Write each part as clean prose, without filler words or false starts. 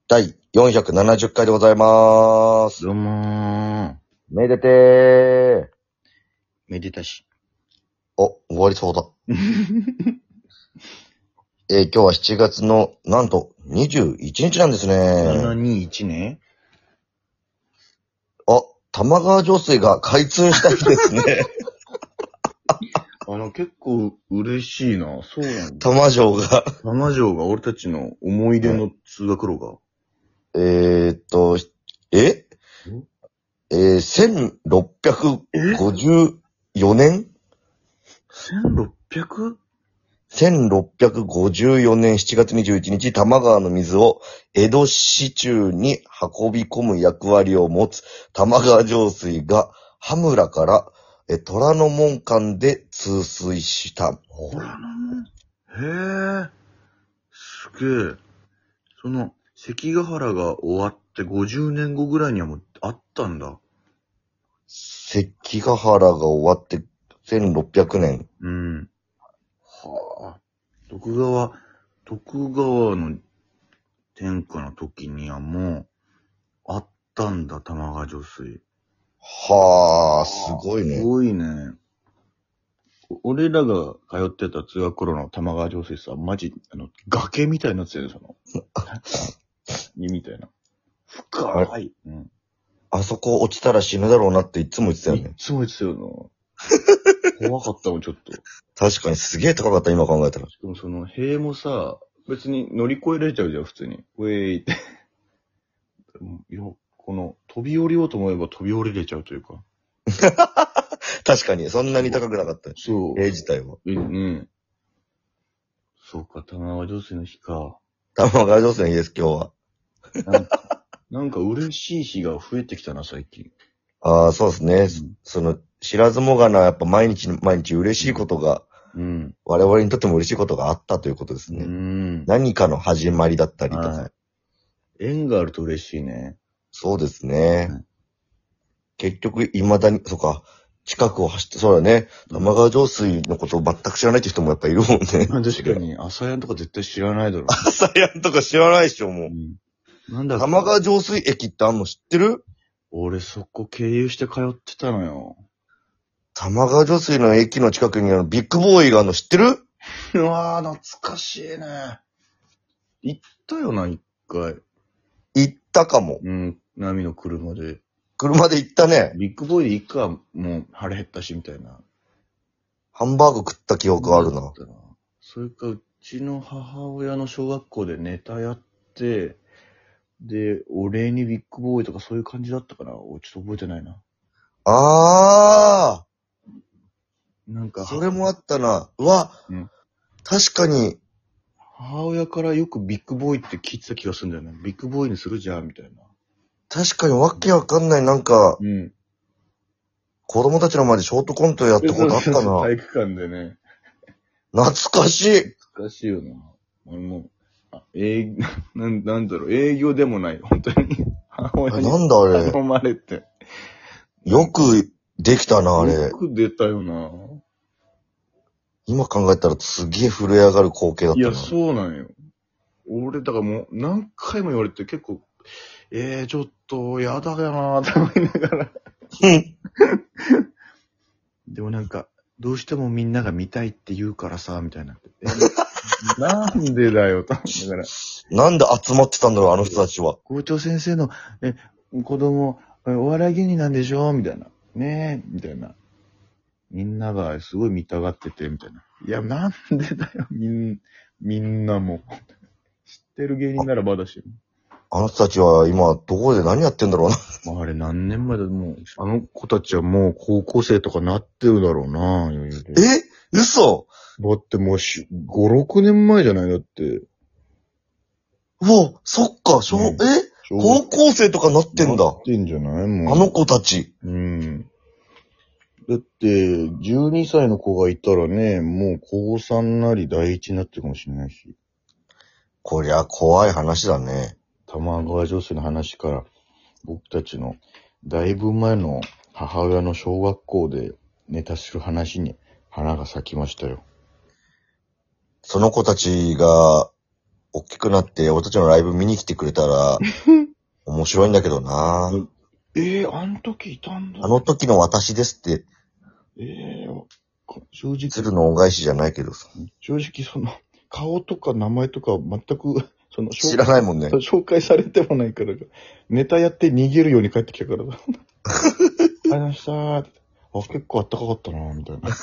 第470回でございます。 どうもー。 めでてめでたし。 終わりそうだ。今日は7月の、なんと、21日なんですね。 721ね。 玉川上水が開通した日ですね。 結構嬉しいな。そうなんだ。 玉城が。 玉城が俺たちの思い出の通学路が。 1654年 1600? 1654年7月21日、多摩川の水を江戸市中に運び込む役割を持つ玉川上水が羽村から虎ノ門間で通水した。 へえ。すげえ。関ヶ原が終わって50年後ぐらいにはもうあったんだ。 関ヶ原が終わって1600年。 うん。はあ。徳川の天下の時にはもう、あったんだ、玉川上水。 はあ、すごいね。 すごいね。俺らが通ってた通学路の玉川上水さ、マジ、崖みたいになってたよ、みたいな。深い。うん。 あそこ落ちたら死ぬだろうなっていつも言ってたよいね。 つも言ってたよな。怖かったもん、ちょっと。 確かにすげえ高かった、今考えたら。 しかも塀もさ、別に乗り越えられちゃうじゃん、普通に。ウェーイって。飛び降りようと思えば飛び降りれちゃうというか。 確かに、そんなに高くなかった。 そう。 塀自体は。 ね。そうか、玉川上水の日か。 玉川上水の日です、今日は。 なんか嬉しい日が増えてきたな、最近。 ああ、そうですね。 うん知らずもがな、やっぱ毎日嬉しいことが、 うん。 我々にとっても嬉しいことがあったということですうね。 ん。 何かの始まりだったりとか。 はい。縁があると嬉しいね。 そうですね。 はい結局、未だに、そうか、近くを走って、そうだね。玉川上水のことを全く知らないって人もやっぱいるもんね。 まあ確かに、朝やんとか絶対知らないだろう。 朝やんとか知らないでしょ、もう。 なんだっけ玉川上水駅ってあんの知ってる？ 俺そこ経由して通ってたのよ。 玉川上水の駅の近くにビッグボーイがあるの知ってる？ うわぁ、懐かしいね。行ったよな、一回。 行ったかも。 うん、波の車で。 車で行ったね。 ビッグボーイで行くか、もう腹減ったし、みたいな。 ハンバーグ食った記憶があるな。 それか、うちの母親の小学校でネタやって、で、お礼にビッグボーイとかそういう感じだったかな。ちょっと覚えてないな。 あなんか、 それもあったな。うわ、 うん確かに、 母親からよくビッグボーイって聞いてた気がするんだよね。ビッグボーイにするじゃん、みたいな。 確かにわけわかんないなんか、 うん。 子供たちの前でショートコントやったことあったな。 体育館でね。 懐かしい。 難しいよな。なんだろう、営業でもない、本当に。母親になんだあれ。 頼まれて。 よくできたな、あれよ。く出たよな。 今考えたらすげえ震え上がる光景だったな。 いや、そうなんよ。俺、だからもう、何回も言われて結構、ちょっと、やだよなーって思いながら。でもなんか、どうしてもみんなが見たいって言うからさ、みたいな。なんでだよ、と思いながら。 なんで集まってたんだろう、あの人たちは。 校長先生の、子供、お笑い芸人なんでしょみたいな。ねえ、みたいな。みんながすごい見たがってて、みたいな。いや、なんでだよ、みんなも。知ってる芸人ならまだしも。 あの人たちは今、どこで何やってんだろうな。 あれ何年前だ、もう、あの子たちはもう高校生とかなってるだろうな、余裕で。 嘘？ だってもう5、6年前じゃないだって。 うわ、そっか、高校生とかなってんだ。 なってんじゃないもう。 あの子たち。 うん。だって、12歳の子がいたらね、もう高3なり第一になってるかもしれないし。 こりゃ怖い話だね。 玉川上水の話から、僕たちのだいぶ前の母親の小学校でネタする話に花が咲きましたよ。 その子たちが、 大きくなって俺たちのライブ見に来てくれたら、面白いんだけどな。 あの時いたんだ。 あの時の私ですって、 正直。 鶴の恩返しじゃないけどさ。 正直顔とか名前とか全く、 知らないもんね。 紹介されてもないから、ネタやって逃げるように帰ってきたからだ。ありがとうございましたーって。結構あったかかったなーみたいな。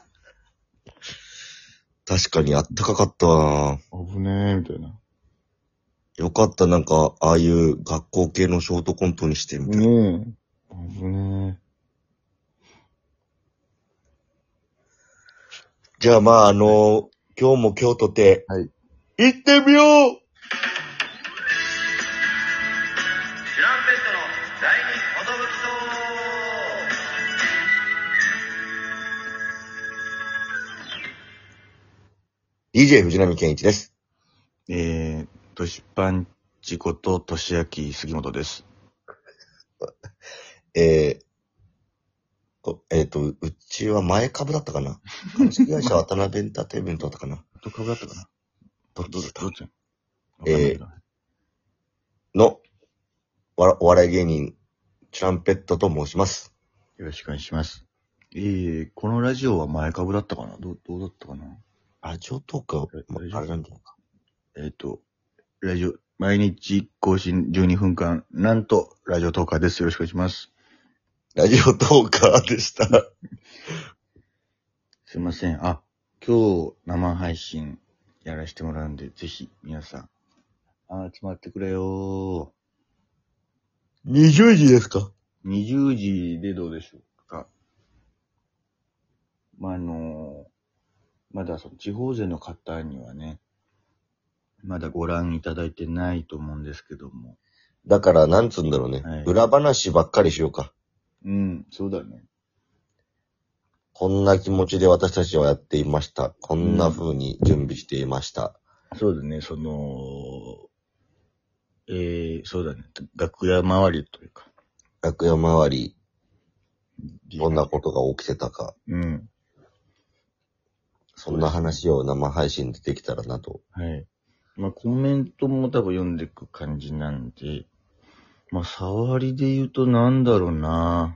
確かにあったかかったわ。 危ねーみたいな。 よかった、なんか、ああいう学校系のショートコントにしてみたいな。 ねえ。危ねじゃあまあ今日も今日とて、 はい。 行ってみよう。 トランペットの第二音吹 DJ 藤波健一です。 トシパンチこととしあき杉本です。 うちは前株だったかな。株式会社渡辺エンターテインメントだったかな。 どこだったかな。 どっちだったどっちわかんないけどの、お笑い芸人、トランペットと申します。 よろしくお願いします。このラジオは前株だったかな。どうだったかな。 ラジオトークは、あれなんじゃないか。 ラジオ、毎日更新12分間、なんと、ラジオトーカーです。よろしくお願いします。 ラジオトーカーでした。 すいません。今日、生配信やらせてもらうんで、ぜひ、皆さん、集まってくれよー。20時ですか？ 20時でどうでしょうか。まだ地方勢の方にはね、まだご覧いただいてないと思うんですけども。 だから、なんつうんだろうね。 はい、 裏話ばっかりしようか。 うん、そうだね。 こんな気持ちで私たちはやっていました。こんな風に準備していました。 そうだね、そうだね。楽屋周りというか。 楽屋周り、どんなことが起きてたか。 うん。 そんな話を生配信でできたらなと。 はい。コメントも多分読んでいく感じなんで、触りで言うとなんだろうな。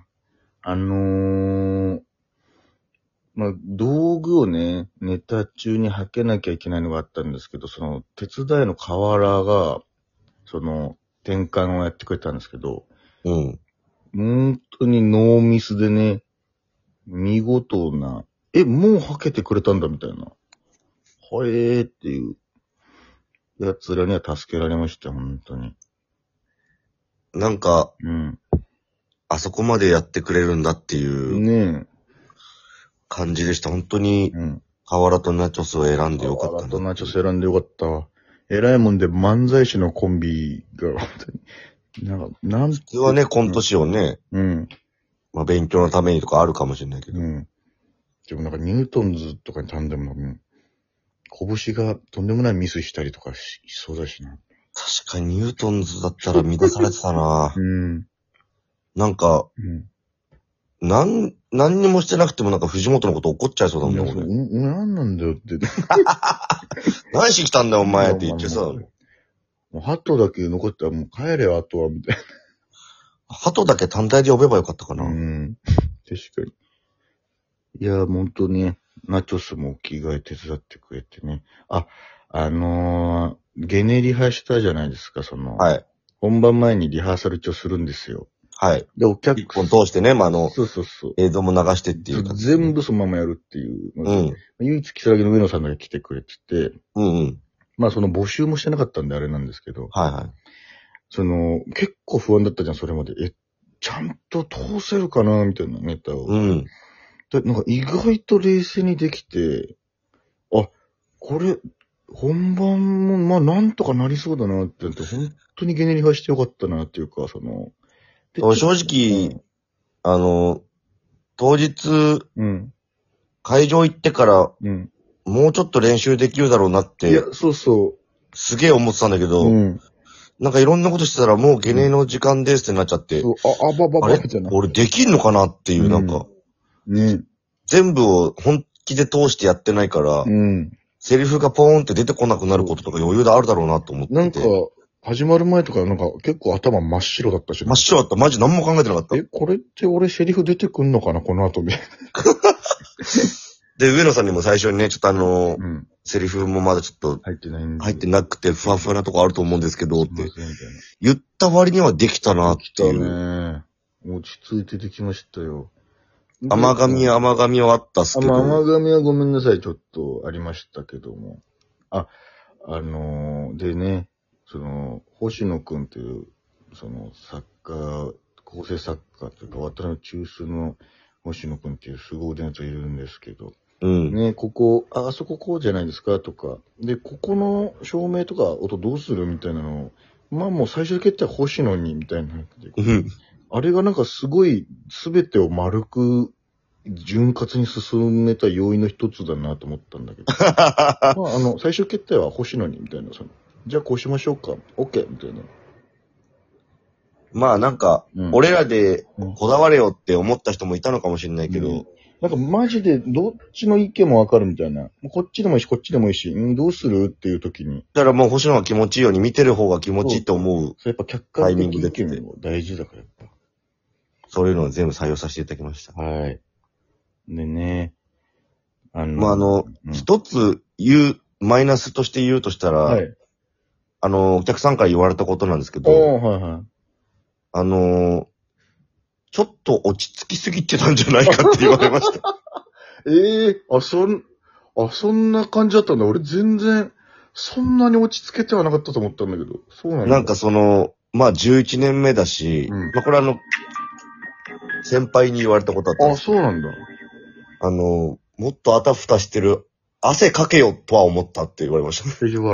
道具をね、ネタ中に履けなきゃいけないのがあったんですけど、手伝いの河原が、転換をやってくれたんですけど、 うん。 本当にノーミスでね、見事な、もう履けてくれたんだみたいな。っていう奴らには助けられました、本当に。 なんか、 うん。 あそこまでやってくれるんだっていうね感じでした。本当にえ。う、ん。 河原とナチョスを選んでよかったな。 河原とナチョス選んでよかったわ。偉いもんで漫才師のコンビが、本当に。 普通はね、コント師をね、 うん。 勉強のためにとかあるかもしれないけど。 うん。でもニュートンズとかに頼んでも、拳がとんでもないミスしたりとかしそうだしな。 確かにニュートンズだったら乱されてたな。 うん。 なんか、 うん。 何にもしてなくてもなんか藤本のこと怒っちゃいそうだもんね、俺。 何なんだよって。 何しに来たんだよ、お前って言ってさ。 もう鳩だけ残ったらもう帰れよ、あとは、みたい鳩だけ単体で呼べばよかったかな。 な。 うん。確かに。いや、ほんとね、ナチョスも着替え手伝ってくれてね。ゲネリハしたじゃないですか、 はい。 本番前にリハーサル一応するんですよ。 はい。 で、お客一本通してね、 そうそうそう。 映像も流してっていう感じ。 全部そのままやるっていうので、唯一、キサラギの上野さんだけ来てくれてて、 うんうん。 募集もしてなかったんであれなんですけど、 はいはい。 結構不安だったじゃん、それまで。ちゃんと通せるかなみたいなネタを。 うん。 で、意外と冷静にできて、これ、本番も、なんとかなりそうだなって本当にゲネリハしてよかったなっていうか、 正直、当日、 うん。 会場行ってから、 うん。 もうちょっと練習できるだろうなって、 いや、そうそすげえ思ってたんだけう。 ど、 うん。 なんかいろんなことしてたらもうゲネの時間ですってなっちゃって、 そう、ばあれみたいな。 俺できんのかなっていう、なんか、 ね。 全部を本気で通してやってないから、 うん。 セリフがポーンって出てこなくなることとか余裕であるだろうなと思ってて。 なんか、始まる前とかなんか結構頭真っ白だったし、 真っ白だった。マジ何も考えてなかった。 これって俺セリフ出てくんのかなこの後みたいで、上野さんにも最初にね、ちょっとな。うん。 セリフもまだちょっと入ってないんで。 入ってなくて、ふわふわなとこあると思うんですけど、ってすいませんみたいな。 言った割にはできたなって来たいう。 ね。落ち着いてできましたよ。 甘噛みはあったっすけど。 甘噛みはごめんなさい、ちょっとありましたけども。でね、星野くんっていう、構成作家というか、渡辺中枢の星野くんっていう凄腕のやつがいるんですけど、 うん。 ね、あそここうじゃないですかとか、で、ここの照明とか音どうするみたいなのを、まあもう最終決定は星野に、みたいな。 うん。 あれがなんかすごい全てを丸く潤滑に進めた要因の一つだなと思ったんだけど。まあ最終決定は星野に、みたいな。じゃあこうしましょうか。OK! みたいな。 まあなんか、 うん俺らでこだわれよって思った人もいたのかもしれないけど、 うんなんかマジでどっちの意見もわかるみたいな。こっちでもいいし、こっちでもいいし、どうするっていう時に。 だからもう星野が気持ちいいように見てる方が気持ちいいと思う。 それやっぱ客観的意見も大事だからやっぱ。 そういうのを全部採用させていただきました。 はい。でね。 まあうん一つマイナスとして言うとしたら、 はい。 お客さんから言われたことなんですけど、 はいはい。 ちょっと落ち着きすぎてたんじゃないかって言われました。 そんな感じだったんだ。俺全然、そんなに落ち着けてはなかったと思ったんだけど。そうなんだ。 なんかまあ11年目だし、 うんまあこれ先輩に言われたことだったんです。 そうなんだ。 もっとあたふたしてる、汗かけよとは思ったって言われました。